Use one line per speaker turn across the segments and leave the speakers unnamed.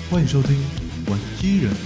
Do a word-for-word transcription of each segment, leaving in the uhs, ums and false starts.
欢迎收听玩机人。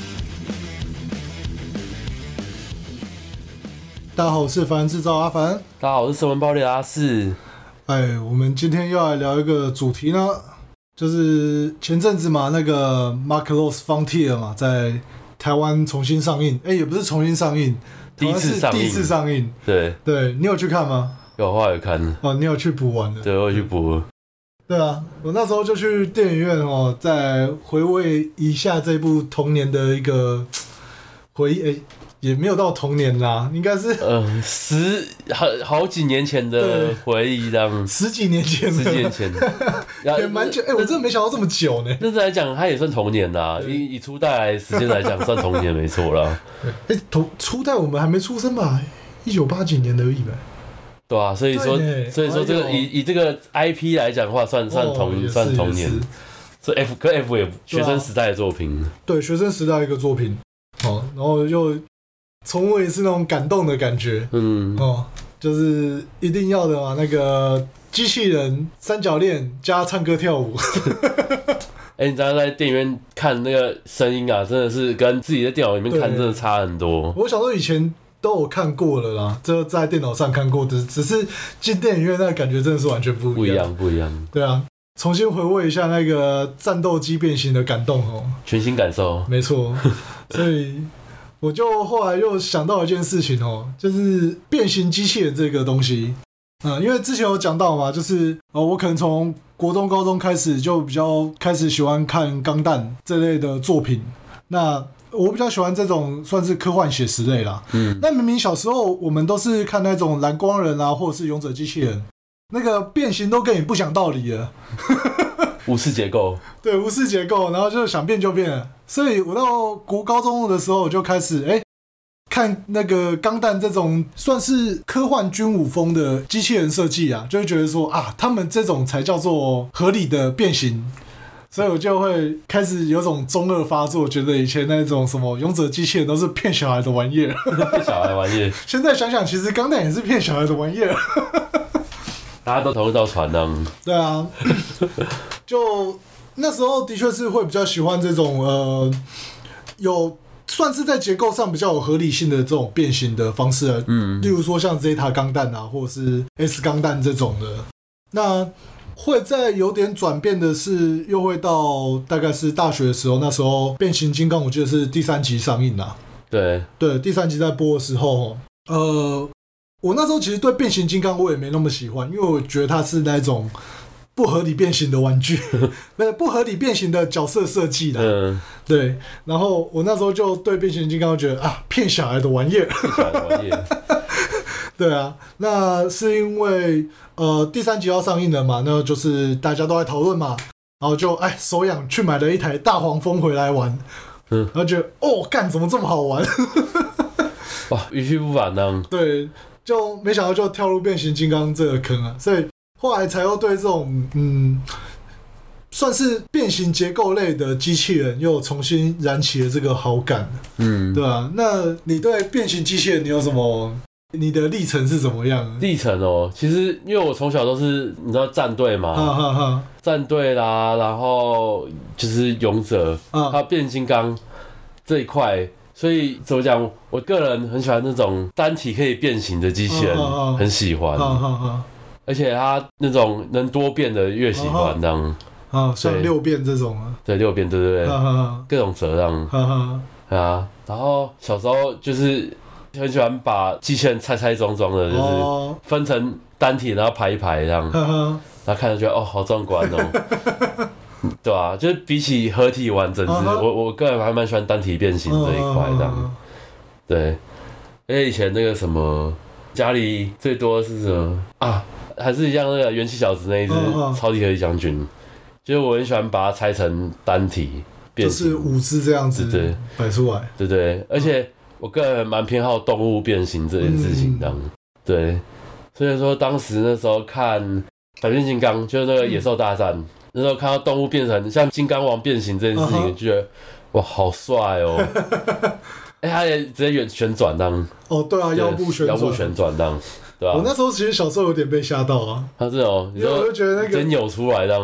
大家好，我是凡人制造阿凡。
大家好，我是神文暴力的阿四。
哎，我们今天要来聊一个主题呢，就是前阵子嘛，那个 Macross Frontier 嘛，在台湾重新上映。哎，也不是重新上映，
第一次上映，
第一次上映。
对
对，你有去看吗？
有，后来有看。
哦，你有去补完的？
对，我有去补。
对啊，我那时候就去电影院哦，再回味一下这部童年的一个回忆。诶，也没有到童年啦，应该是
呃十好好几年前的回忆，这样
十几年前，
十几年前
也蛮久。哎，我真的没想到这么久呢。
那来讲，它也算童年啦，以以初代来时间来讲，算童年没错啦。
哎，初初代我们还没出生吧？一九八几年而已呗。
对啊，所以说，所以说这个、哎、以以这个 I P 来讲的话，算算童、哦、算童年，所以 F 跟 F 也学生时代的作品，
对、啊，对学生时代一个作品，哦，然后又重温一次那种感动的感觉，嗯，哦，就是一定要的嘛，那个机器人三角恋加唱歌跳舞。
哎、欸，你知道在电影院看那个声音啊，真的是跟自己在电脑里面看真的差很多。
我小时候以前都有看过了啦，就在电脑上看过的，只是进电影院那个感觉真的是完全不一样，
不一样，不一样。
对啊，重新回味一下那个战斗机变形的感动哦，
全新感受。
没错，所以我就后来又想到一件事情哦，就是变形机器人这个东西，嗯，因为之前有讲到嘛，就是哦，我可能从国中、高中开始就比较开始喜欢看钢弹这类的作品，那我比较喜欢这种算是科幻写实类啦。嗯，那明明小时候我们都是看那种蓝光人啊，或者是勇者机器人，那个变形都跟你不讲道理了。
无视结构，
对，无视结构，然后就想变就变了。所以我到国高中的时候，我就开始哎、欸、看那个钢弹这种算是科幻军武风的机器人设计啊，就会觉得说啊，他们这种才叫做合理的变形。所以我就会开始有种中二发作，觉得以前那种什么勇者机器人都是骗小孩的玩意儿，
骗小孩玩意儿。
现在想想，其实钢弹也是骗小孩的玩意儿。
大家都同一艘船呢。
对啊，就那时候的确是会比较喜欢这种呃，有算是在结构上比较有合理性的这种变形的方式啊，嗯，例如说像 Zeta 钢弹啊，或者是 S 钢弹这种的。那会在有点转变的是，又会到大概是大学的时候，那时候变形金刚我记得是第三集上映啦。
对
对，第三集在播的时候，呃，我那时候其实对变形金刚我也没那么喜欢，因为我觉得它是那种不合理变形的玩具，不合理变形的角色设计啦。嗯，对。然后我那时候就对变形金刚觉得啊，骗小孩的玩意儿。骗小孩的玩意儿。对啊，那是因为呃第三集要上映了嘛，那就是大家都在讨论嘛，然后就哎手痒去买了一台大黄蜂回来玩，嗯，然后觉得哦干怎么这么好玩，
哇一去不返呢。
对，就没想到就跳入变形金刚这个坑啊，所以后来才又对这种嗯算是变形结构类的机器人又重新燃起了这个好感，嗯，对啊，那你对变形机器人你有什么？你的历程是怎么样？
历程哦，其实因为我从小都是你知道战队嘛，哈哈哈战队啦，然后就是勇者，还有变形金刚这一块，所以怎么讲？我个人很喜欢那种单体可以变形的机器人，啊、很喜欢，啊啊、而且它那种能多变的越喜欢这样。
啊，像六变这种啊，
对，六变，对对对，啊啊、各种折让，啊啊，然后小时候就是很喜欢把机器人拆拆装装的，就是分成单体，然后排一排这样，哦、然后看着覺得哦，好壮观哦，对啊，就是比起合体完整只，啊、我我个人还蛮喜欢单体变形这一块这样，啊、对，因为以前那个什么家里最多是什么啊，还是一样那个元气小子那一只超级合体将军。就是我很喜欢把它拆成单体变形，
就是五只这样子摆出来，
对 对, 对，而且我个人蛮偏好动物变形这件事情，这样、嗯、对，所以说当时那时候看《百变金刚》，就是那个野兽大战，嗯、那时候看到动物变成像金刚王变形这件事情，就、uh huh. 觉得哇好帅哦，哎、欸，他也直接旋转这样，
哦对啊，腰部旋转，
腰部旋转这样。对啊，
我那时候其实小时候有点被吓到啊。
他这种，你就
我就觉得那个
直接扭出来这样。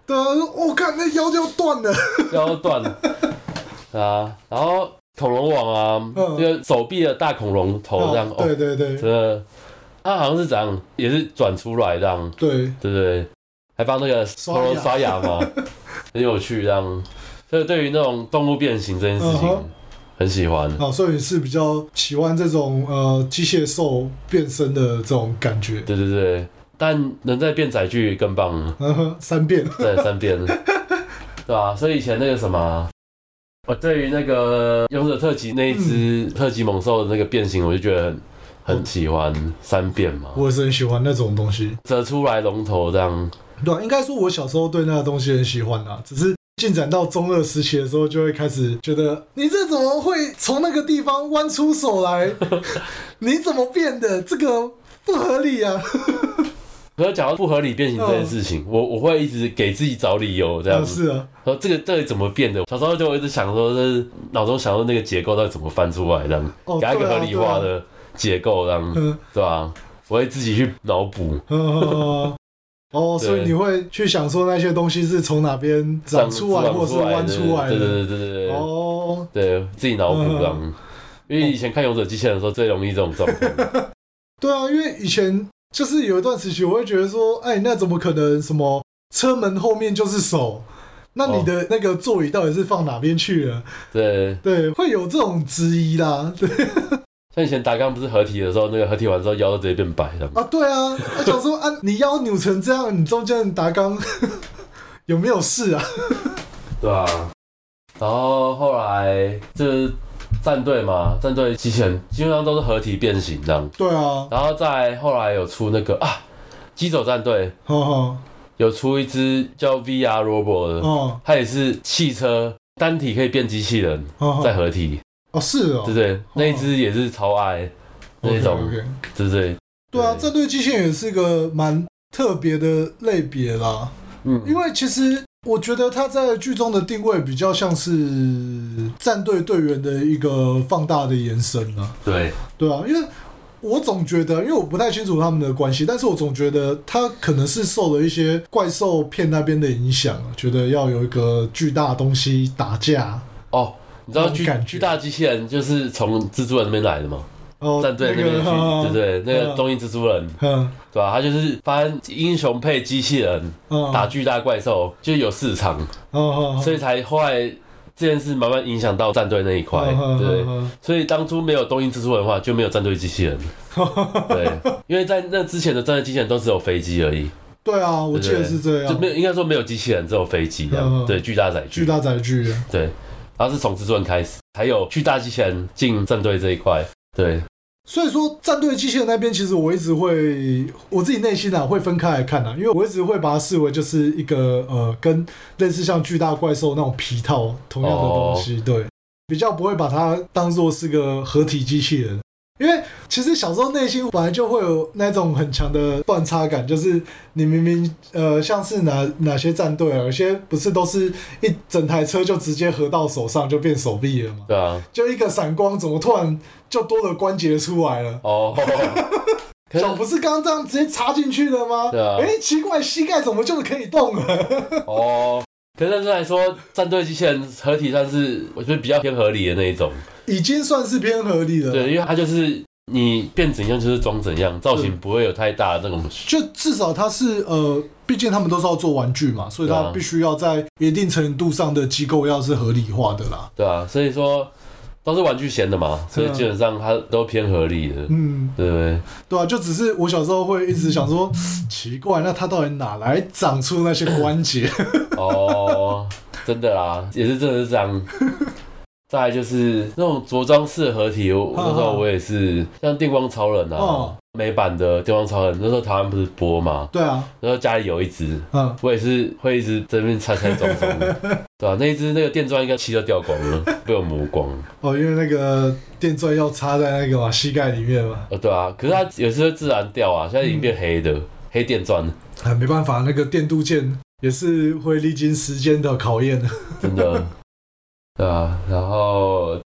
对啊，我看那腰就要断了，
腰要断了啊，然后恐龙王啊，嗯、这个手臂的大恐龙头这样，
哦、对对对，
真的，它好像是怎样，也是转出来这样，
对
对对，还帮那个恐龙刷牙嘛，很有趣这样，所以对于那种动物变形这件事情。嗯很喜欢
啊，所以你是比较喜欢这种呃机械兽变身的这种感觉。
对对对，但能再变载具更棒了。
嗯三变。
对，三变。对吧、啊？所以以前那个什么，我对于那个勇者特辑那一只特级猛兽的那个变形，我就觉得很很喜欢、嗯、三变嘛。
我也是很喜欢那种东西，
折出来龙头这样。
对、啊，应该说我小时候对那个东西很喜欢啊，只是。进展到中二时期的时候，就会开始觉得你这怎么会从那个地方弯出手来？你怎么变的？这个不合理啊！
可是讲到不合理变形这件事情，嗯、我我会一直给自己找理由，这样子。
啊是啊。
说这个到底怎么变的？小时候就一直想说，就是脑中想说那个结构到底怎么翻出来，这样、哦、给它一个合理化的结构，这样、嗯、对吧、啊？我会自己去脑补。
嗯哦，所以你会去想说那些东西是从哪边长出来，或者是弯出来的？
对对对对对对。
哦，
对，自己脑补这样。嗯、因为以前看《勇者机器人》的时候，最容易这种状况。
对啊，因为以前就是有一段时期，我会觉得说，哎，那怎么可能？什么车门后面就是手？那你的那个座椅到底是放哪边去了？
对
对，会有这种质疑啦。对。
像以前打钢不是合体的时候，那个合体完之后腰都直接变白的
啊，对啊，我想说啊，你腰扭成这样，你中间打钢有没有事啊？
对啊，然后后来就是战队嘛，战队机器人基本上都是合体变形这样。
对啊，
然后再后来有出那个啊，机走战队，有出一只叫 V R Robot 的，哦、它也是汽车单体可以变机器人，再合体。
哦，是哦，
对对，那一只也是超爱、哦、那種， okay, okay. 对对
对啊，战队機器人也是個蠻特別的類別啦。嗯，因為其實我覺得它在劇中的定位比較像是戰隊隊員的一個放大的延伸啊。
對，
對啊，因為我總覺得，因為我不太清楚他們的關係，但是我總覺得它可能是受了一些怪獸片那邊的影響，覺得要有一個巨大的東西打架。
哦。你知道巨巨大機器人就是從蜘蛛人那邊來的嗎？哦，戰隊那邊去，那個、對不對？那個東映蜘蛛人，嗯，對吧、啊？他就是發現英雄配機器人、嗯、打巨大怪獸，就有市場，嗯、所以才後來這件事慢慢影響到戰隊那一塊，嗯、對。嗯、所以當初沒有東映蜘蛛人的話，就沒有戰隊機器人。對，因為在那之前的戰隊機器人都只有飛機而已。
對啊，我記得是這樣。
就沒有，應該說沒有機器人，只有飛機這樣。嗯、對，巨大載具。
巨大載具。
對。然後是從蜘蛛人開始，還有巨大機器人進戰隊這一塊，對。
所以說戰隊機器人那邊，其實我一直會我自己內心啊會分開來看啊，因為我一直會把它視為就是一個呃跟類似像巨大怪獸那種皮套同樣的東西，哦、對，比較不會把它當作是個合體機器人。因為其實小時候內心本來就會有那種很強的斷差感，就是你明明呃像是哪哪些戰隊啊，有些不是都是一整台車就直接合到手上就變手臂了嘛？
對啊，
就一個閃光，怎麼突然就多了關節出來了？哦，手不是剛剛這樣直接插進去的嗎？對啊，哎、欸，奇怪，膝蓋怎麼就可以動了？哦，
可是認真來說，戰隊機器人合體算是我覺得比較偏合理的那一種。
已經算是偏合理了，
對，因為它就是你變怎樣就是裝怎樣，造型不會有太大的那種。
就至少它是呃，畢竟他們都是要做玩具嘛，所以它必須要在一定程度上的機構要是合理化的啦。
對啊，所以說都是玩具嫌的嘛，所以基本上它都偏合理的。嗯，對不對？
對啊，就只是我小時候會一直想說，奇怪，那它到底哪來長出那些關節？哦，
真的啦，也是真的是這樣。再來就是那種着裝式的合體，我那時候我也是像電光超人啊，哦、美版的電光超人，那時候台灣不是播嘛？
對啊，
然後家裡有一隻，嗯、我也是會一直在那邊拆拆裝裝的，對啊，那一隻那個電鑽應該漆都掉光了，被我磨光了。
哦，因為那個電鑽要插在那個嘛膝蓋裡面嘛。
哦，對啊，可是它有時候自然掉啊，現在已經變黑的、嗯、黑電鑽。
啊，沒辦法，那個電鍍件也是會歷經時間的考驗的。
真的。對啊，然後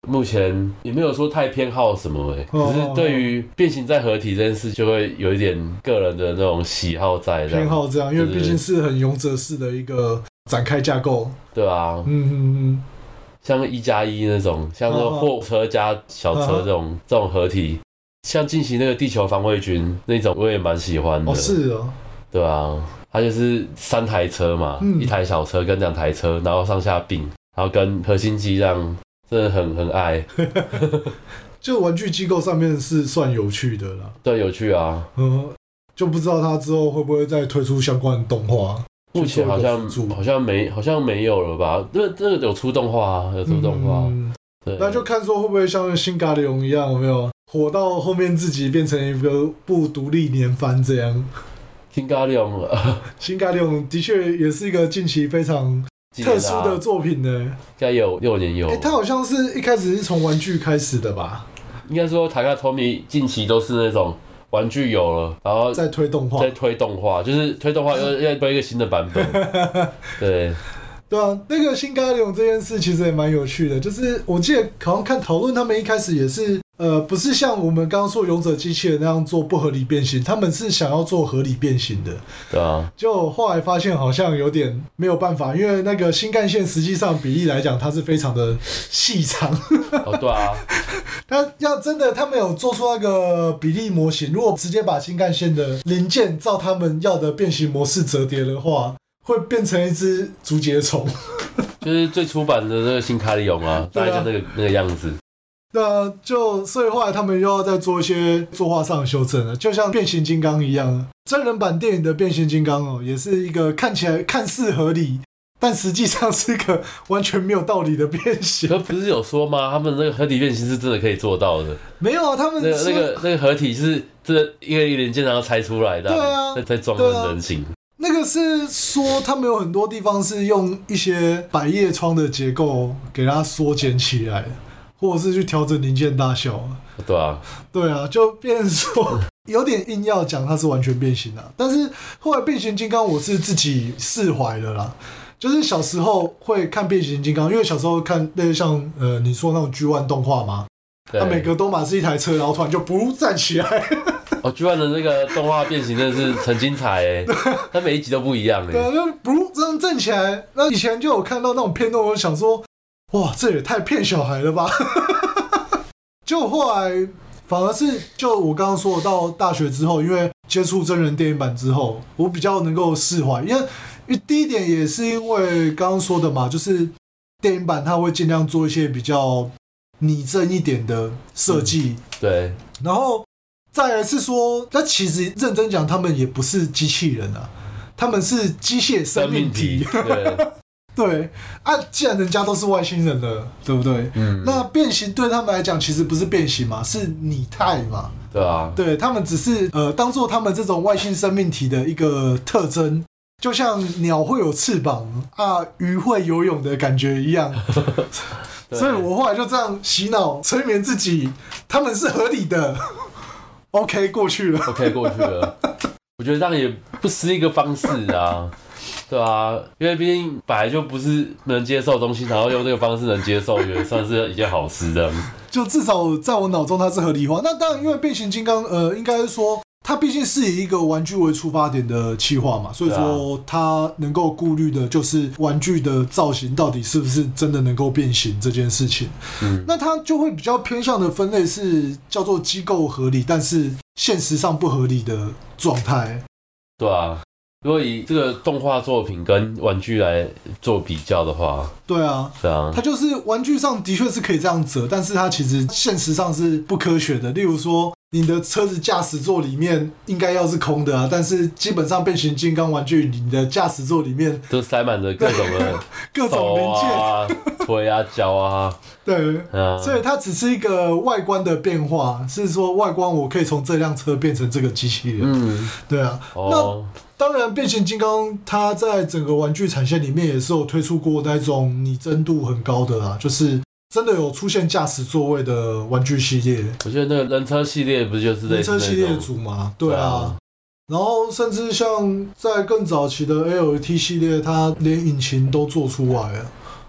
目前也没有说太偏好什么哎、欸，只是对于变形再合體這件事就會有一點個人的那種喜好在這樣，
偏好這樣，因為畢竟是很勇者式的一個展開架構。
對啊，
嗯嗯嗯，
像一加一那種，像那個貨車加小車這種、啊、這種合體，像近期那個地球防衛軍那種，我也蠻喜歡的。
哦，是哦。
對啊，它就是三台車嘛，嗯、一台小車跟兩台車，然後上下並，然後跟核心機這樣。真的很很愛，
就玩具機構上面是算有趣的啦。
對，有趣啊。嗯，
就不知道他之後會不會再推出相關的動畫。
目前好像好像沒好像沒有了吧？那那個有出動畫啊，有出動畫。嗯、對，
那就看說會不會像新咖喱一樣，有沒有火到後面自己變成一個部獨立年番這樣？
新咖喱，
新咖喱的確也是一個近期非常。特殊的作品呢，應
該有六年有。
哎、欸，他好像是一開始是從玩具開始的吧？
應該說，台卡托米近期都是那種玩具有了，然後
再推動畫，
再推動畫，就是推動畫又要推一個新的版本。對，
對啊，那個新咖喱這件事其實也蠻有趣的，就是我記得好像看討論，他們一開始也是。呃，不是像我們剛剛說勇者機器人那樣做不合理變形，他們是想要做合理變形的。
對啊。就
後來發現好像有點沒有辦法，因為那個新幹線實際上比例來講，它是非常的細長。
哦，對啊。
他要真的他們有做出那個比例模型，如果直接把新幹線的零件照他們要的變形模式折疊的話，會變成一隻竹節蟲。
就是最初版的那個新卡里勇啊，大概就那個那個樣子。
對啊，就所以後來他們又要再做一些作畫上的修正了，就像變形金剛一樣，真人版電影的變形金剛哦，也是一個看起來看似合理，但實際上是一個完全沒有道理的變形。
可不是有說嗎？他們那個合體變形是真的可以做到的。
沒有啊，他們、
那個、那個那個合體是這一個一個零件然後拆出來的，
對啊，
再再裝成人形。
那個是說他們有很多地方是用一些百葉窗的結構給它縮減起來，或者是去調整零件大小。
對啊，
對啊，就變成說有點硬要講它是完全變形啦。但是後來變形金剛我是自己釋懷了啦，就是小時候會看變形金剛，因為小時候看那些像呃你說那種 G 一 動畫嘛，它每個都嘛是一台車，然後突然就不站起來。
哦 ，G 一 的那個動畫變形真的是很精彩哎，它每一集都不一樣哎。
對啊，就不這樣站起來。那以前就有看到那種片段，我就想說，哇，這也太騙小孩了吧！就後來反而是就我剛剛說的，到大學之後，因為接觸真人電影版之後，我比較能夠釋懷。因為第一點也是因為剛剛說的嘛，就是電影版它會盡量做一些比較擬真一點的設計。
嗯，對。然
後再來是說，那其實認真講，他們也不是機器人啊，他們是機械生命體。
生命體對。
對啊，既然人家都是外星人了，對不對？嗯，那變形對他們來講其實不是變形嘛，是擬態嘛。
對啊，
對他們只是呃當做他們這種外星生命體的一個特徵，就像鳥會有翅膀啊，魚會游泳的感覺一樣。所以我後來就這樣洗腦催眠自己，他們是合理的。OK， 過去了。OK，
過去了。我覺得這樣也不是一個方式啊。對啊，因為畢竟本來就不是能接受的東西，然後用這個方式能接受，也算是一件好事這樣。
就至少在我腦中它是合理化。那當然，因為變形金剛，呃，應該是說它畢竟是以一個玩具為出發點的企劃嘛，所以說它能夠顧慮的就是玩具的造型到底是不是真的能夠變形這件事情。嗯，那它就會比較偏向的分類是叫做機構合理，但是現實上不合理的狀態。
對啊。如果以這個動畫作品跟玩具來做比較的話，
對啊，
對啊，
它就是玩具上的確是可以這樣折，但是它其實現實上是不科學的。例如說，你的車子駕駛座裡面應該要是空的啊，但是基本上變形金剛玩具，你的駕駛座裡面
都塞滿了各種的
各種零件
啊、腿啊、腳啊。
對，
啊，
所以它只是一個外觀的變化，是說外觀我可以從這輛車變成這個機器人。嗯，對啊，
哦，
那當然，變形金剛它在整個玩具產線裡面也是有推出過那種擬真度很高的啦，就是真的有出現駕駛座位的玩具系列。
我覺得那個人車系列不就是
人車系列組嘛？對啊。然後甚至像在更早期的 L T 系列，它連引擎都做出來了。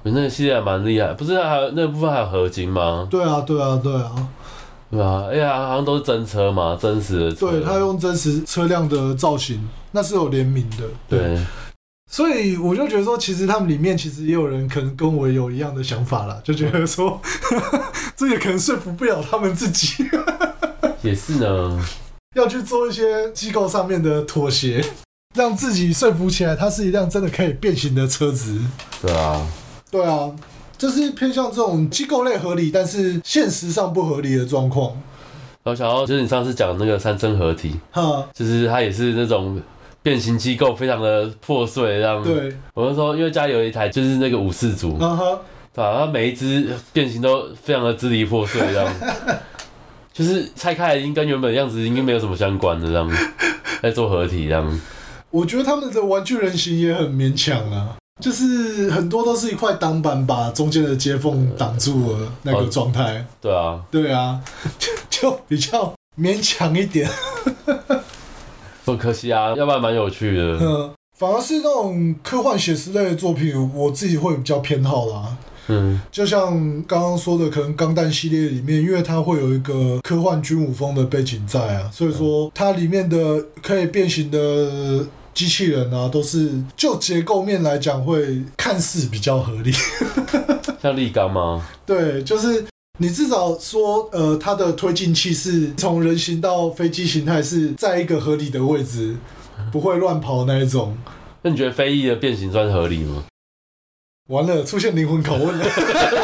那个系列还蛮厉害，不是还有那个部分还有合金吗？
对啊，对啊，对啊。
对啊，哎呀，好像都是真车嘛，真实的车。
对，他用真实车辆的造型，那是有联名的。对。对，所以我就觉得说，其实他们里面其实也有人可能跟我有一样的想法啦，就觉得说，这也可能说服不了他们自己。
也是呢，
要去做一些机构上面的妥协，让自己说服起来，它是一辆真的可以变形的车子。
对啊，
对啊。就是偏向这种机构类合理，但是现实上不合理的状况。
然后想要就是你上次讲那个三真合体，就是它也是那种变形机构非常的破碎，这样。对，我就说，因为家里有一台就是那个武士组，啊哈，对吧？它每一只变形都非常的支离破碎，这样，就是拆开来已经跟原本的样子应该没有什么相关的这样，在做合体这样。我
觉得他们的玩具人形也很勉强啊。就是很多都是一块挡板把中间的接缝挡住了那个状态、哦。
对啊，
对啊，就就比较勉强一点。
很可惜啊，要不然蛮有趣的。
嗯，反而是那种科幻写实类的作品，我自己会比较偏好啦。嗯，就像刚刚说的，可能钢弹系列里面，因为它会有一个科幻军武风的背景在啊，所以说它里面的可以变形的机器人啊，都是就结构面来讲会看似比较合理。
像力刚吗？
对，就是你至少说，呃，它的推进器是从人形到飞机形态是在一个合理的位置，不会乱跑那一种。
那你觉得飞翼的变形算合理吗？
完了，出现灵魂拷问了。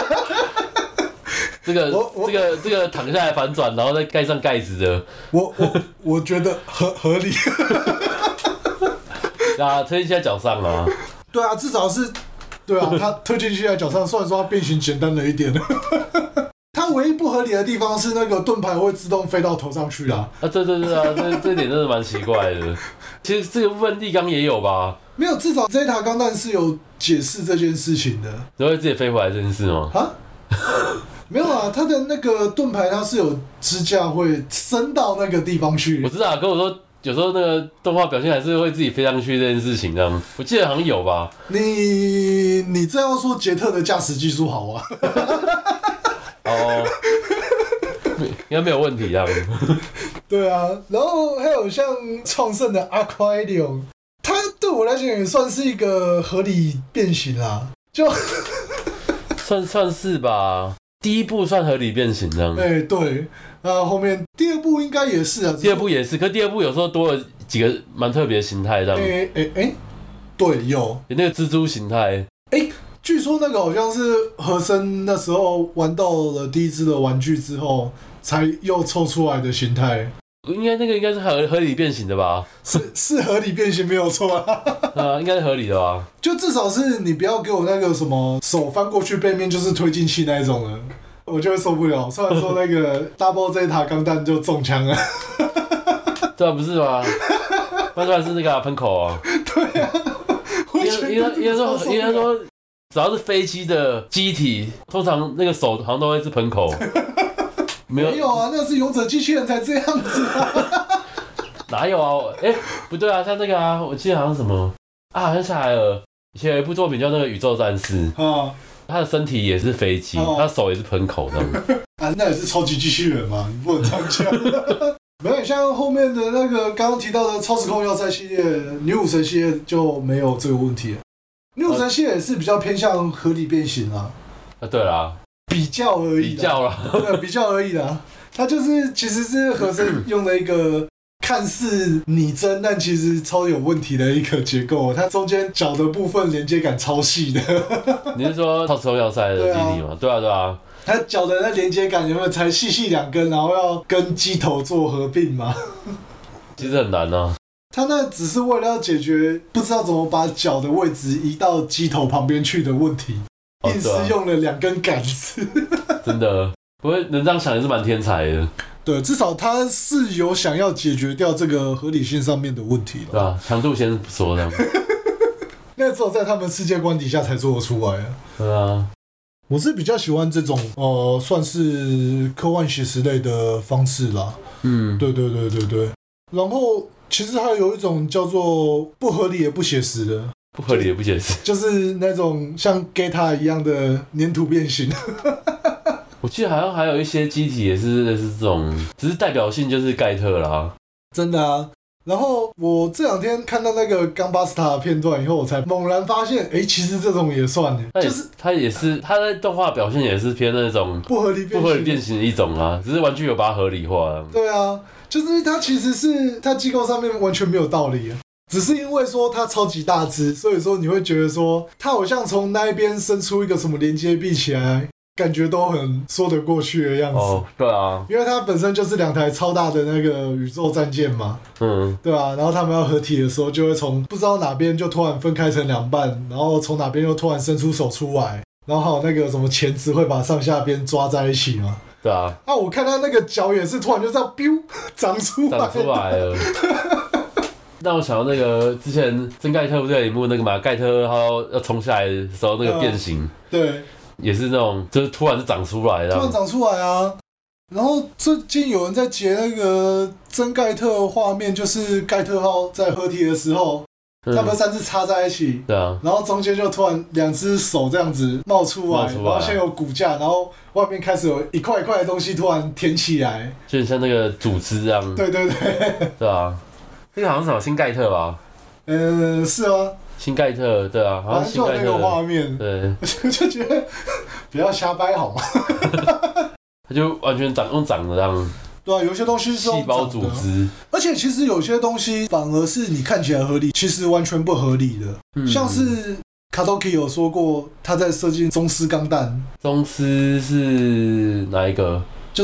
这个这个这个躺下来反转，然后再盖上盖子的，
我我我觉得合合理。
啊，推进器在脚上啊。
对啊，至少是，对啊，它推进器在脚上，虽然说它变形简单了一点。它唯一不合理的地方是那个盾牌会自动飞到头上去啦。
啊，对对对啊，这这点真的蛮奇怪的。其实这个部分力刚也有吧？
没有，至少这一台钢弹是有解释这件事情的。
你会自己飞回来这件事吗？啊？
没有啊，它的那个盾牌它是有支架会伸到那个地方去。
我知道，跟我说。有时候那个动画表现还是会自己飞上去这件事情，这样我记得好像有吧。
你你这样说，杰特的驾驶技术好啊？
哦，应该没有问题这样。
对啊，然后还有像创圣的 Aquarium， 它对我来讲也算是一个合理变形啦，就
算算是吧。第一部算合理变形这样。
哎、欸，对。那后面第二部应该也是啊，
第二部也是，可是第二部有时候多了几个蛮特别的形态，这样。
哎哎哎，对，有
有那个蜘蛛形态。
哎、欸，据说那个好像是和森那时候玩到了第一只的玩具之后，才又凑出来的形态。
应该那个应该是合合理变形的吧？
是是合理变形没有错啊。
啊，应该是合理的吧？
就至少是你不要给我那个什么手翻过去背面就是推进器那一种了。我就会受不了。虽然说那个 Double Zeta 钢弹就中枪了，
对啊，不是吗？翻出来是那个喷口啊。
对啊，
应该应该应该说应该说，只要是飞机的机体，通常那个手好像都会是喷口。
没有没有啊，那是勇者机器人才这样子啊。
哪有啊？哎、欸，不对啊，像那个啊，我记得好像什么啊，好像下来了。以前有一部作品叫那个《宇宙战士》啊。他的身体也是飞机，哦、他手也是喷口的。
啊，那也是超级机器人嘛，你不能这样讲。没有像后面的那个刚刚提到的超时空要塞系列、女武神系列就没有这个问题了。女武神系列也是比较偏向合理变形啦。
啊，对啦，
比较而已。
比较啦，
对，比较而已啦。它就是其实是和森用的一个。看似拟真，但其实超有问题的一个结构。它中间脚的部分连接感超细的。
你是说超时空要塞的基地吗？对啊，对啊。
它脚的那连接感有没有才细细两根，然后要跟机头做合并吗？
其实很难啊。
它那只是为了要解决不知道怎么把脚的位置移到机头旁边去的问题，哦啊、硬是用了两根杆子。
真的，不过能这样想也是蛮天才的。
对，至少他是有想要解决掉这个合理性上面的问题了。
对啊，强度先不说这样。
那只有在他们世界观底下才做得出来啊。
对啊，
我是比较喜欢这种呃，算是科幻写实类的方式啦。嗯，对对对对对。然后其实还有一种叫做不合理也不写实的。
不合理的不解释，
就是那种像 Geta 一样的粘土变形。
我记得好像还有一些机体也是类似这种，只是代表性就是盖特啦。
真的啊。然后我这两天看到那个冈巴斯塔的片段以后，我才猛然发现，哎，其实这种也算呢，就是
它也是它在动画表现也是偏那种
不合理
不合理变形的一种啊，只是玩具有把它合理化。
对啊，就是它其实是它机构上面完全没有道理啊。只是因为说它超级大只，所以说你会觉得说它好像从那一边伸出一个什么连接臂起来，感觉都很说得过去的样子。
哦，对啊，
因为它本身就是两台超大的那个宇宙战舰嘛，
嗯，
对啊，然后他们要合体的时候，就会从不知道哪边就突然分开成两半，然后从哪边又突然伸出手出来，然后还有那个什么钳子会把上下边抓在一起嘛。
对啊，
啊，我看他那个脚也是突然就这样 biu 长出来，
长出来了。让我想到那个之前真盖特不是有一幕那个嘛，盖特他要冲下来的时候那个变形，
呃、对，
也是那种就是突然就长出来的，
突然长出来啊。然后最近有人在截那个真盖特画面，就是盖特号在合体的时候，嗯、他们三只插在一起，
对啊，
然后中间就突然两只手这样子冒出来，
出来
然后先有骨架，然后外面开始有一块一块的东西突然填起来，
就很像那个组织这样。
对对对，
对啊。这个好像是什么新盖特吧？
呃，是啊，
新盖特，对啊，好像新盖特。
就那个画面，
对，
我就觉得不要瞎掰好吗？
他就完全长用长的这样。
对啊，有些东西是
细胞组织，
而且其实有些东西反而是你看起来合理，其实完全不合理的。嗯、像是卡多基有说过，他在设计宗师钢弹。
宗师是哪一个？
就是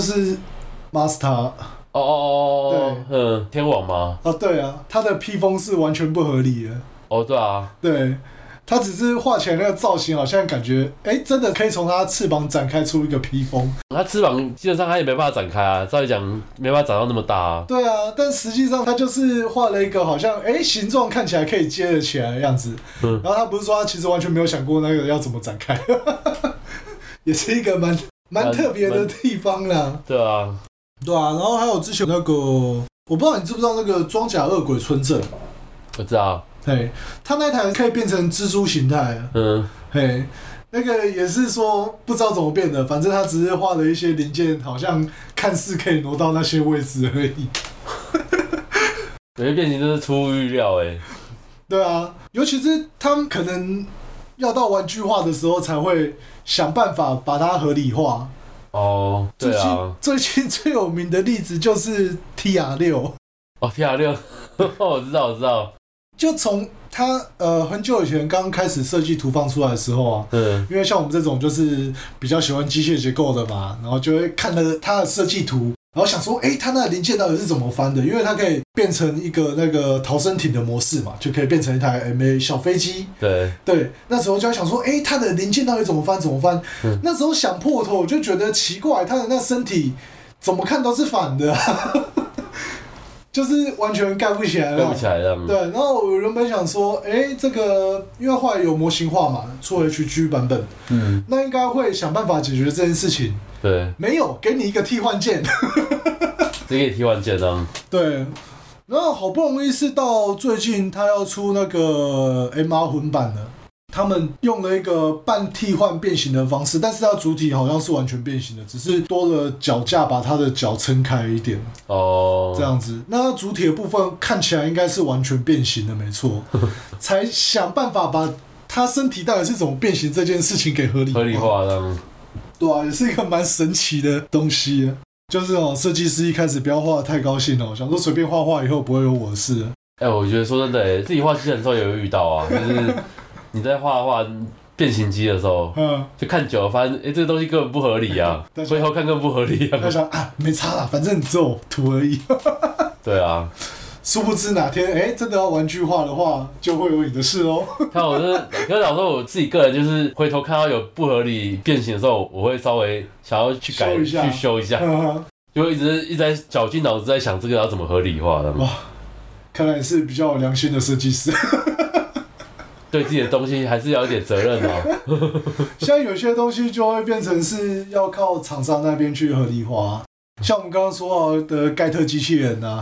Master。
哦哦哦，对，嗯，天网吗？
哦，对啊，它的披风是完全不合理的。
哦，对啊，
对，它只是画起来那个造型，好像感觉，哎，真的可以从它翅膀展开出一个披风。
它翅膀基本上它也没办法展开啊，照理讲没办法长到那么大啊。
对啊，但实际上它就是画了一个好像，哎，形状看起来可以接得起来的样子。嗯，然后他不是说他其实完全没有想过那个要怎么展开，也是一个蛮蛮特别的地方啦。
对啊。
对啊，然后还有之前那个，我不知道你知不知道那个装甲恶鬼村镇？
我知道，
嘿，他那台可以变成蜘蛛形态，嗯，嘿，那个也是说不知道怎么变的，反正他只是画了一些零件，好像看似可以挪到那些位置而已。
有些变形真是出乎预料哎。
对啊，尤其是他们可能要到玩具化的时候，才会想办法把它合理化。
哦，对啊，
最近最近最有名的例子就是 T R 六。
哦 ，T R 六，我知道，我知道。
就从他呃很久以前刚开始设计图放出来的时候啊，嗯，因为像我们这种就是比较喜欢机械结构的嘛，然后就会看了他的设计图，然后想说，哎，他那个零件到底是怎么翻的？因为它可以变成一个那个逃生艇的模式嘛，就可以变成一台 M A 小飞机。
对
对，那时候就在想说，哎，它的零件到底怎么翻？怎么翻？嗯、那时候想破头，我就觉得奇怪，它的那身体怎么看都是反的、啊。就是完全盖不起来了，
盖不起来了。
对，然后我原本想说，哎，这个因为后来有模型化嘛，出 H G 版本，嗯，那应该会想办法解决这件事情。
对，
没有，给你一个替换件，
直接替换件啊。
对，然后好不容易是到最近，他要出那个 M R 混版了。他们用了一个半替换变形的方式，但是它主体好像是完全变形的，只是多了脚架把它的脚撑开一点哦，这样子。那它主体的部分看起来应该是完全变形的，没错，才想办法把它身体到底是怎么变形这件事情给合理化。
合理化的，
对啊，也是一个蛮神奇的东西。就是哦，设计师一开始不要画得太高兴哦，想说随便画画以后不会有我的事。
哎、欸，我觉得说真的、欸，自己画机器人的时候也会遇到啊，就是。你在画画变形机的时候，嗯，就看久了发现，哎、欸，这个东西根本不合理啊，回头看更不合理啊。
他想啊，没差啦，反正只有图而已。
对啊，
殊不知哪天，哎、欸，真的要玩具化的话，就会有你的事哦。
看我是，可是老实说我自己个人就是回头看到有不合理变形的时候，我会稍微想要去改，
修
去修一下，嗯、就会一直一直在绞尽脑汁在想这个要怎么合理化的。哇，
看来是比较有良心的设计师。
对自己的东西还是要有点责任哦。
像有些东西就会变成是要靠厂商那边去合理化，像我们刚刚说到的盖特机器人啊，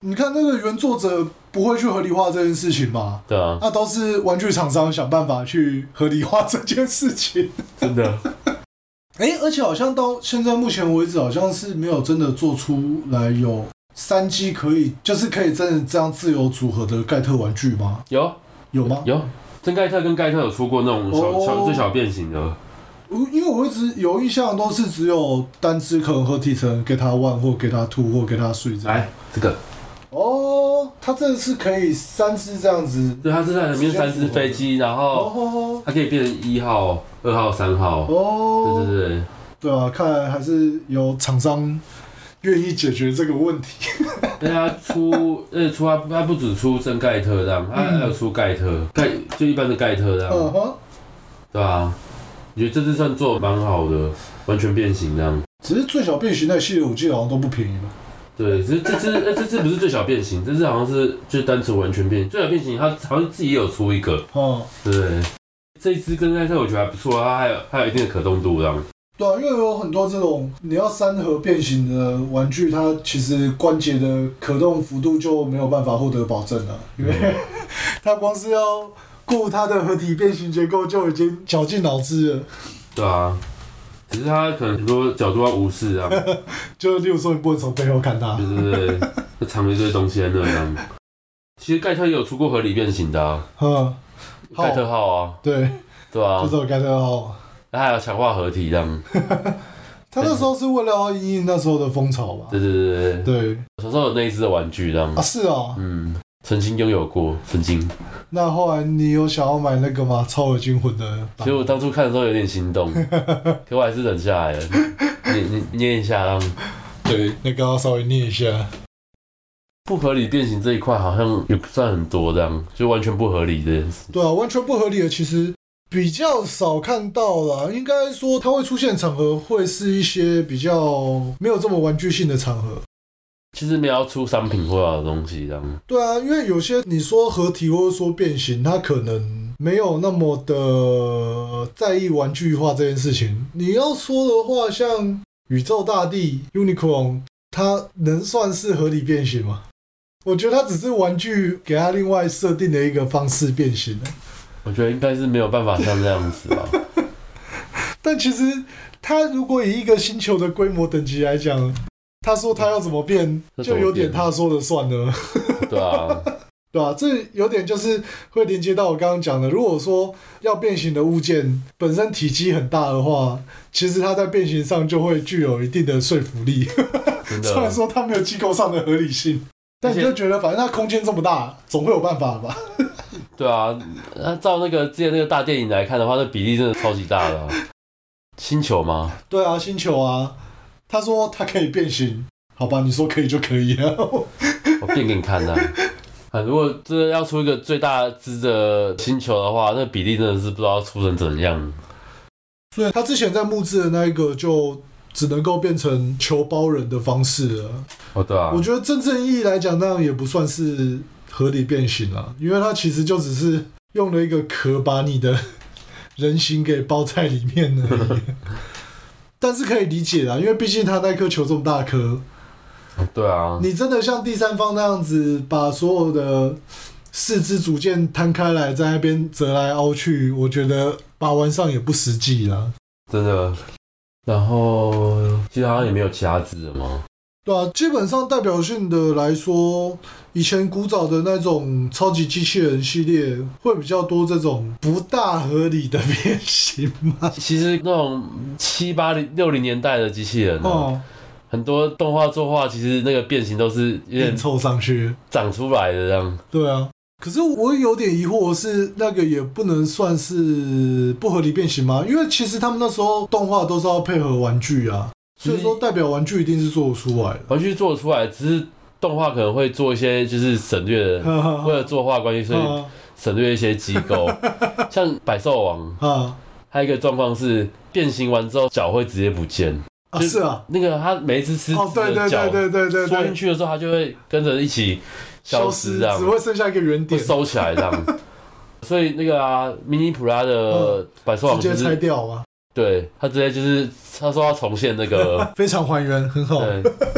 你看那个原作者不会去合理化这件事情嘛？
对啊，
那都是玩具厂商想办法去合理化这件事情。
真的。
哎、欸，而且好像到现在目前为止，好像是没有真的做出来有三 G 可以，就是可以真的这样自由组合的盖特玩具吗？
有，
有吗？
有，真盖特跟盖特有出过那种小、哦、小最小变形的。
因为我一直有印象都是只有单只可能合体成给他 one 或给他 two 或给他three。
来，这个。
哦，它这个是可以三只这样子。
对，它是在里面三只飞机，然后它可以变成一号、二号、三号。哦，对对对。
对啊，看来还是有厂商愿意解决这个问题。
因为它出，呃，出它它不只出真盖特这样，它还有出盖特，盖就一般的盖特这样。嗯哼。对啊。我觉得这次算做蛮好的，完全变形这样。
只是最小变形那系列，我记得好像都不便宜吧？
对，只是这次，呃，这次不是最小变形，这次好像是就单纯完全变形。最小变形，它好像自己也有出一个。哦。对。这一支跟盖特我觉得还不错，它还有还有一定的可动度这样。
对啊，因为有很多这种你要三合变形的玩具，它其实关节的可动幅度就没有办法获得保证了，因为它光是要顾它的合体变形结构就已经绞尽脑汁了。
对啊，只是它可能很多角度要无视啊，
就例如说你不能从背后看它，
对对对，就藏了一堆东西在那样。其实盖特也有出过合理变形的啊，嗯，盖特号啊，
对，
对啊，
就是有盖特号，
那还有强化合体这样。
他那时候是为了要因应那时候的风潮吧？
对对对对
对，
小时候有那一只的玩具这样
啊，是啊，
嗯。曾经拥有过，曾经。
那后来你有想要买那个吗？超合金魂的？
其实我当初看的时候有点心动，可我还是忍下来了。你你捏一下，让
对，那个要稍微捏一下。
不合理变形这一块好像也不算很多，这样就完全不合理这件事。
对啊，完全不合理的其实比较少看到啦。应该说它会出现的场合会是一些比较没有这么玩具性的场合。
其实没有要出商品化的东西，这样。对
啊，因为有些你说合体或者说变形，它可能没有那么的在意玩具化这件事情。你要说的话，像宇宙大帝 Unicron， 它能算是合理变形吗？我觉得它只是玩具给它另外设定的一个方式变形。
我觉得应该是没有办法像这样子吧。
但其实它如果以一个星球的规模等级来讲，他说他要怎么变，就有点他说了算了。
对啊，
对啊，这有点就是会连接到我刚刚讲的，如果说要变形的物件本身体积很大的话，其实它在变形上就会具有一定的说服力。虽然说它没有机构上的合理性，但你就觉得反正它空间这么大，总会有办法吧？
对啊，那照那个之前那个大电影来看的话，那比例真的超级大的、啊。星球吗？
对啊，星球啊。他说他可以变形，好吧，你说可以就可以啊。
我变给你看啊。啊，如果真的要出一个最大只的星球的话，那比例真的是不知道出成怎样。
所以他之前在木制的那一个就只能够变成球包人的方式了。
哦，对啊。
我觉得真正意义来讲，那样也不算是合理变形啦，因为它其实就只是用了一个壳把你的人形给包在里面而已。但是可以理解啦，因为毕竟它那颗球这么大颗，
对啊，
你真的像第三方那样子把所有的四支组件摊开来，在那边折来凹去，我觉得把玩上也不实际啦。
真的。然后其实好像也没有其他支了嘛。
对啊，基本上代表性的来说，以前古早的那种超级机器人系列会比较多这种不大合理的变形嘛。
其实那种七八零六零年代的机器人、啊哦、很多动画作画其实那个变形都是有点
凑上去
长出来的这样。
对啊，可是我有点疑惑是那个也不能算是不合理变形吗？因为其实他们那时候动画都是要配合玩具啊。所以说，代表玩具一定是做得出来的。
玩具做得出来，只是动画可能会做一些就是省略的，为了作画关系，所以省略一些机构。像百兽王，还有一个状况是变形完之后脚会直接不见。
啊，是啊，
那个它每一只狮子的脚缩进去的时候，它就会跟着一起消失，这样
只会剩下一个圆点，
会收起来这样。所以那个啊，迷你普拉的百兽王
直接拆掉吗？
对，他直接就是他说要重现那个
非常还原，很好。
对，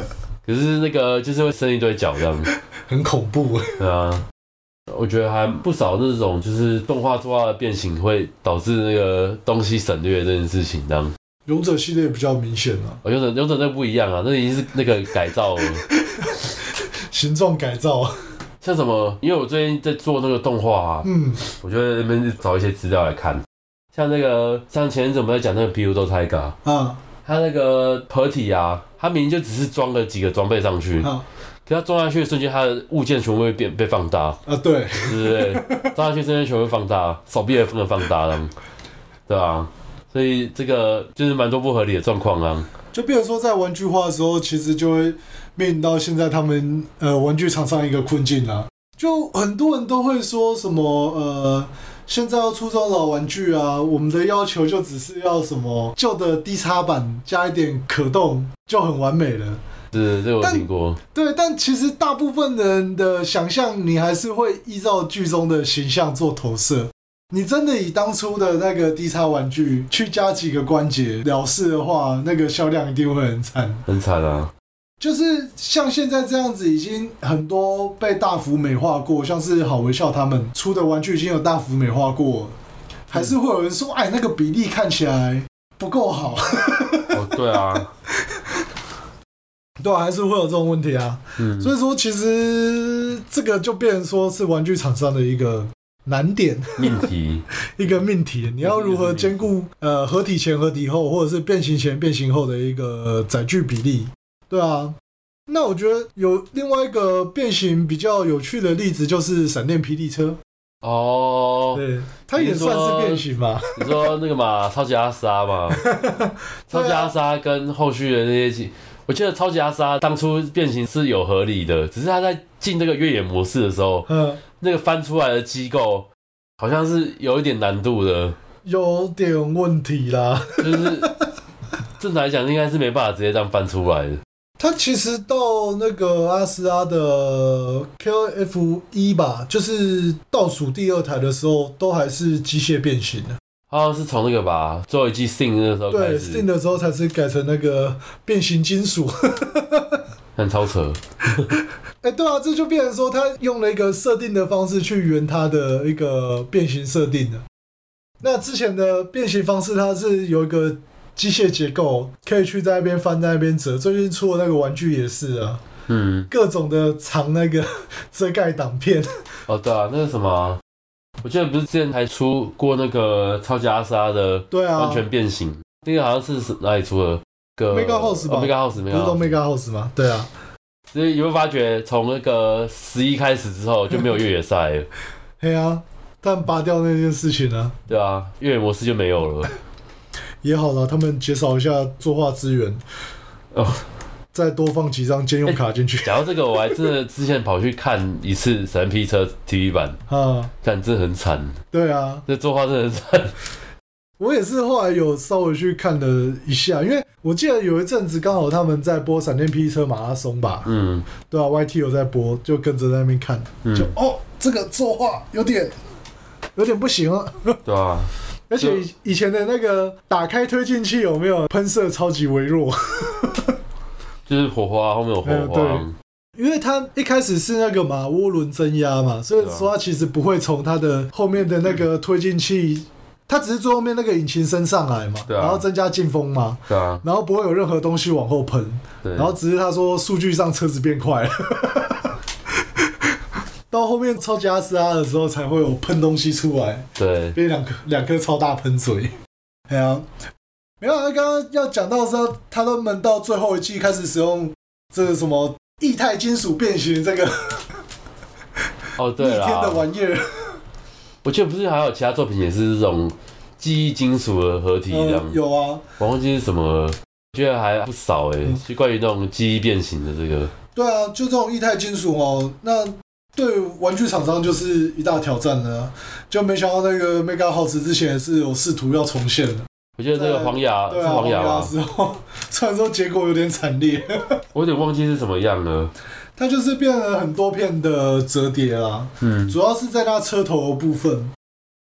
可是那个就是会生一堆脚这样，
很恐怖。
对啊，我觉得还不少那种就是动画作画的变形会导致那个东西省略这件事情这样。
勇者系列比较明显啊，
哦，勇者勇者那不一样啊，那已经是那个改造了，
形状改造。
像什么？因为我最近在做那个动画啊，嗯，我就在那边找一些资料来看，像那个像前阵子我们在讲那个 Build Tiger 啊，他那个合体啊，他明明就只是装了几个装备上去，啊，可他装下去的瞬间，他的物件全部会变被放大
啊，对，
对不对？装下去瞬间全部放大，手臂也不能放大了，对吧？所以这个就是蛮多不合理的状况啊。
就比如说在玩具化的时候，其实就会面临到现在他们呃玩具厂商一个困境啊。就很多人都会说什么呃，现在要出这种老玩具啊，我们的要求就只是要什么旧的 D 叉 版加一点可动就很完美了。
是，这我听过。
对，但其实大部分人的想象，你还是会依照剧中的形象做投射。你真的以当初的那个 D 叉 玩具去加几个关节了事的话，那个销量一定会很惨，
很惨啊！
就是像现在这样子，已经很多被大幅美化过，像是好微笑他们出的玩具已经有大幅美化过，还是会有人说，哎，那个比例看起来不够好。
哦，对啊，
对啊，还是会有这种问题啊。嗯，所以说其实这个就变成说是玩具厂商的一个难点
命题，
一个命题，你要如何兼顾呃合体前、合体后，或者是变形前、变形后的一个载具比例？对啊，那我觉得有另外一个变形比较有趣的例子，就是闪电霹雳车。哦，对，它也算是变形嘛。
你说那个嘛，超级阿莎嘛，超级阿莎跟后续的那些，我记得超级阿莎当初变形是有合理的，只是他在进这个越野模式的时候，嗯，那个翻出来的机构好像是有一点难度的，有
点问题啦。
就是正常来讲，应该是没办法直接这样翻出来的。
它其实到那个阿斯拉的 K O F 一 吧，就是倒数第二台的时候，都还是机械变形的。
好像是从那个吧，最后一季 Sing 那时候开始。
对 ，Sing 的时候才是改成那个变形金属。
很超扯。
哎、欸，对啊，这就变成说他用了一个设定的方式去圆他的一个变形设定的。那之前的变形方式，它是有一个机械结构，可以去在那边翻，在那边折。最近出的那个玩具也是啊，嗯，各种的藏那个遮盖挡片。
哦，对啊，那个什么，我记得不是之前还出过那个超级阿莎的，对啊，完全变形，那个好像是哪里出的？个
Mega House 吧、
哦、，Mega House，
不是都 Mega House 吗？对啊。
所以你会发觉，从那个十一开始之后就没有越野赛了。
对啊，但拔掉那件事情呢？
对啊，越野模式就没有了。
也好了，他们减少一下作画资源，哦，再多放几张兼用卡进去。
讲到这个，我还真的之前跑去看一次闪电霹雳车 T V 版，啊，看真的很惨。
对啊，
这作画真的很惨。
我也是后来有稍微去看了一下，因为我记得有一阵子刚好他们在播闪电霹雳车马拉松吧，嗯，对啊 ，Y T 有在播，就跟着在那边看，嗯、就哦，这个作画有点有点不行了，
对啊，
而且以前的那个打开推进器有没有喷射超级微弱，
就是火花后面有火花，嗯、
对，因为它一开始是那个嘛涡轮增压嘛，所以说它其实不会从它的后面的那个推进器。它只是最后面那个引擎升上来嘛，啊、然后增加进风嘛，啊、然后不会有任何东西往后喷，然后只是他说数据上车子变快了，到后面超级阿斯拉的时候才会有喷东西出来，
对，
变两颗两颗超大喷嘴，对啊，没有，他刚刚要讲到的时候，他们到最后一季开始使用这个什么液态金属变形这个，
哦对啦，
逆天的玩意儿。
我记得不是还有其他作品也是这种记忆金属的合体这样、
嗯、有啊，
我忘记是什么了，我觉得还不少哎、欸，嗯、就关于那种记忆变形的这个。
对啊，就这种液态金属哦，那对玩具厂商就是一大挑战了、啊。就没想到那个 Mega House 之前是有试图要重现的。
我记得这个黄牙是黄牙吧？
时候，虽然说结果有点惨烈，
我有点忘记是怎么样了。
它就是变了很多片的折叠啦，嗯，主要是在它车头的部分，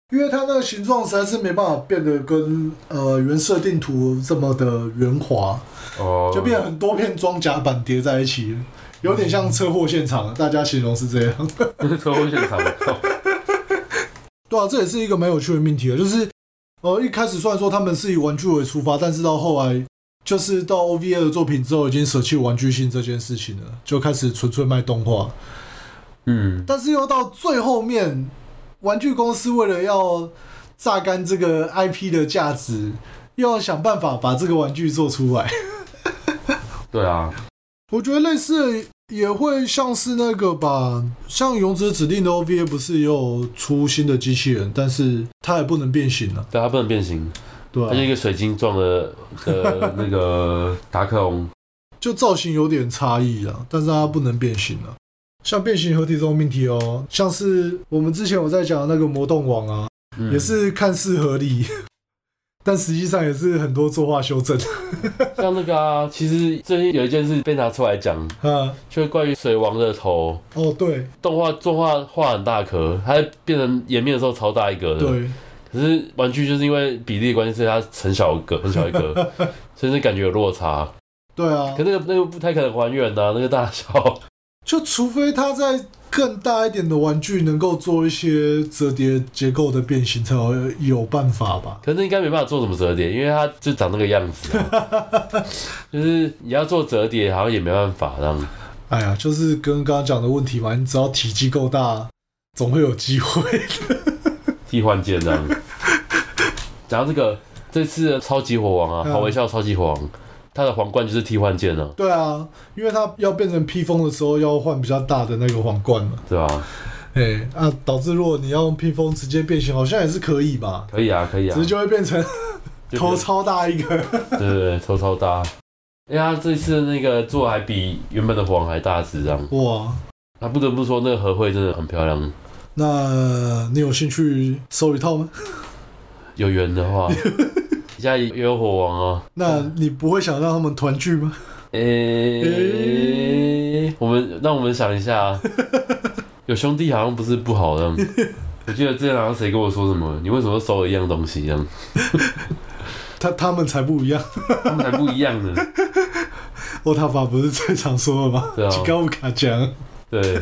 因为它那个形状实在是没办法变得跟呃原设定图这么的圆滑，哦，就变成很多片装甲板叠在一起，有点像车祸现场，大家形容是这样。
车祸现场，
对啊，这也是一个蛮有趣的命题的，就是呃一开始虽然说他们是以玩具为出发，但是到后来就是到 O V A 的作品之后，已经舍弃玩具性这件事情了，就开始纯粹卖动画。嗯，但是又到最后面。玩具公司为了要榨干这个 I P 的价值，又要想办法把这个玩具做出来。
对啊，
我觉得类似也会像是那个吧，像勇者指定的 O V A 不是也有出新的机器人，但是它也不能变形啊。
对，它不能变形，对、啊，它是一个水晶状的的那个达克龙，
就造型有点差异啊，但是它不能变形啊。像变形合体这种命题哦，像是我们之前有在讲的那个魔动王啊，嗯、也是看似合理，但实际上也是很多作画修正。
像那个啊，其实最近有一件事被拿出来讲，啊，就是关于水王的头。
哦，对，
动画动画画很大颗，它变成颜面的时候超大一个的。
对。
可是玩具就是因为比例的关系，所以它很小一个，很小一个，所以是感觉有落差。
对啊。
可那个那个不太可能还原啊，那个大小。
就除非它在更大一点的玩具能够做一些折叠结构的变形，才会有办法吧。
可是应该没办法做什么折叠，因为它就长那个样子、啊，就是你要做折叠，好像也没办法这样。
哎呀，就是跟刚刚讲的问题嘛，你只要体积够大，总会有机会的。
替换件这样。讲到这个，这次的超级火王啊，好微笑超级火王。他的皇冠就是替换件啊。
对啊，因为他要变成披风的时候要换比较大的那个皇冠嘛。
对啊。
哎、欸、啊，导致如果你要用披风直接变形，好像也是可以吧？
可以啊，可以啊。
只是就会变成头超大一个。
对对对，头超大。因为他这次那个做还比原本的皇还大只这样。哇！他不得不说那个和绘真的很漂亮。
那你有興趣收一套嗎？
有缘的話，現在也有火王啊。
那你不會想讓他們團聚嗎？
誒、欸欸，我們讓我們想一下，有兄弟好像不是不好的。我記得之前好像誰跟我說什麼，你為什麼收了一樣東西這樣？
他他們才不一樣，
他們才不一樣呢。
歐塔法不是最常說的嗎？
對啊，
吉高烏卡醬。
對。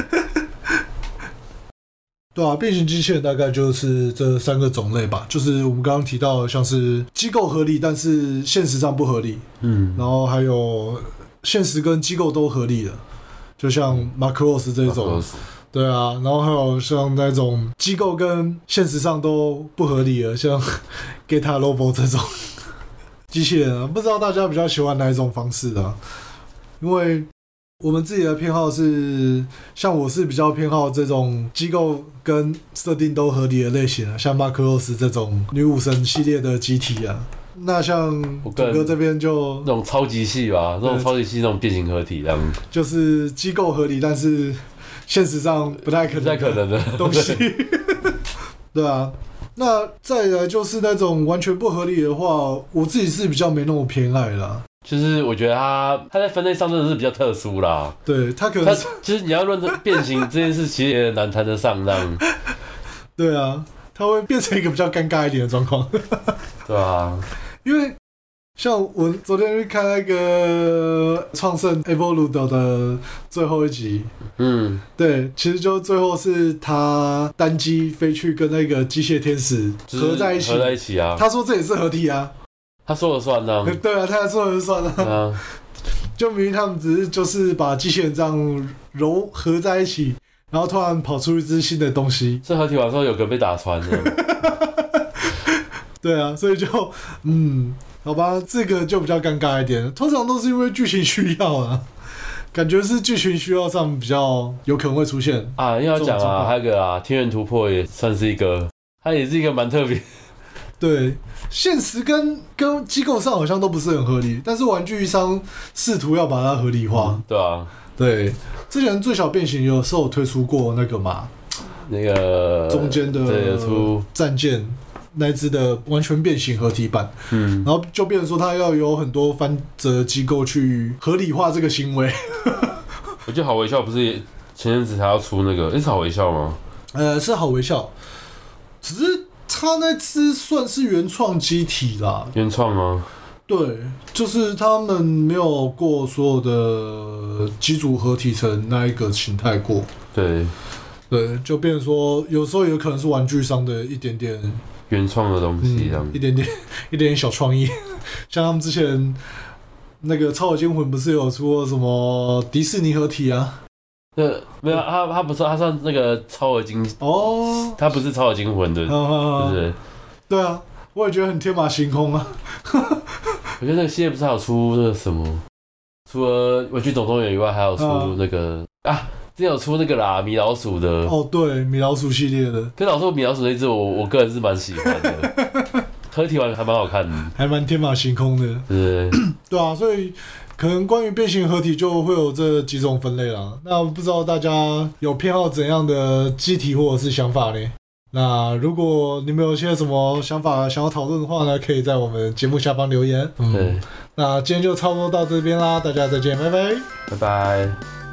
對啊，變形機器人大概就是這三個種類吧，就是我們剛剛提到的，像是機構合理，但是現實上不合理，嗯，然後還有現實跟機構都合理的，就像 Macross 這種，對啊，然後還有像那種機構跟現實上都不合理的，像 Geta Robo 這種機器人啊，不知道大家比較喜歡哪一種方式啊？因為我們自己的偏好是，像我是比較偏好這種機構跟設定都合理的類型啊，像 Macross 這種女武神系列的機體啊。那像土哥這邊就
那種超級系吧，那種超級系那種變形合體這樣，
就是機構合理，但是現實上不太可能，
不太可能的
東西。對啊，那再來就是那種完全不合理的話，我自己是比較沒那麼偏愛啦。
就是我覺得他他在分類上真的是比較特殊啦。
對，他可能是
其實你要論變形這件事，其實也難談得上這樣。
對啊，他會變成一個比較尷尬一點的狀況。
對啊，
因為像我昨天去看那個創聖 Evolved 的最後一集，嗯，對，其實就最後是他單機飛去跟那個機械天使合在一起，
合在一起啊。
他說這也是合體啊。他
說了算呢？
對啊，他說了算啊。啊就明明他們只是就是把機器人這樣揉合在一起，然後突然跑出一隻新的東西。
是合體完之後有個被打穿的。
對啊，所以就嗯，好吧，這個就比較尷尬一點。通常都是因為劇情需要啊，感覺是劇情需要上比較有可能會出現
啊。因為要講啊，還有個啊，天元突破也算是一個，它也是一個蠻特別。對，現實跟跟機構上好像都不是很合理，但是玩具商試圖要把它合理化。嗯、對啊，對，之前最小變形有時候有推出過那個嘛，那個中間的戰艦那隻的完全變形合體版，嗯，然後就變成說它要有很多翻折機構去合理化這個行為。 我記得好微笑不是前陣子還要出那個，誒是好微笑嗎？
呃，是好微笑，只是。 他那只算是原创机体啦。
原创吗？
对，就是他们没有过所有的机组合体成那一个形态过。
对，
对，就变成说，有时候有可能是玩具商的一点点
原创的东西，这样、
嗯、一点点一点点小创意，像他们之前那个《超合金魂》不是有出过什么迪士尼合体啊？
呃，没有，他他不是，他算那个超合金哦，他不是超合金魂的，
哦、
是不是？对
啊，我也觉得很天马行空啊。
我觉得那个系列不是还有出那个什么，除了《玩具总动员》以外，还有出那个、嗯、啊，之前有出那个啦，米老鼠的。
哦，对，米老鼠系列的。
跟老实说，米老鼠那一只我我个人是蛮喜欢的，合体完还蛮好看的，
还蛮天马行空的。
对，对
啊，所以。可能关于变形合体就会有这几种分类啦。那不知道大家有偏好怎样的机体或者是想法呢？那如果你们有些什么想法想要讨论的话呢，可以在我们节目下方留言。嗯，那今天就差不多到这边啦，大家再见，拜拜，
拜拜。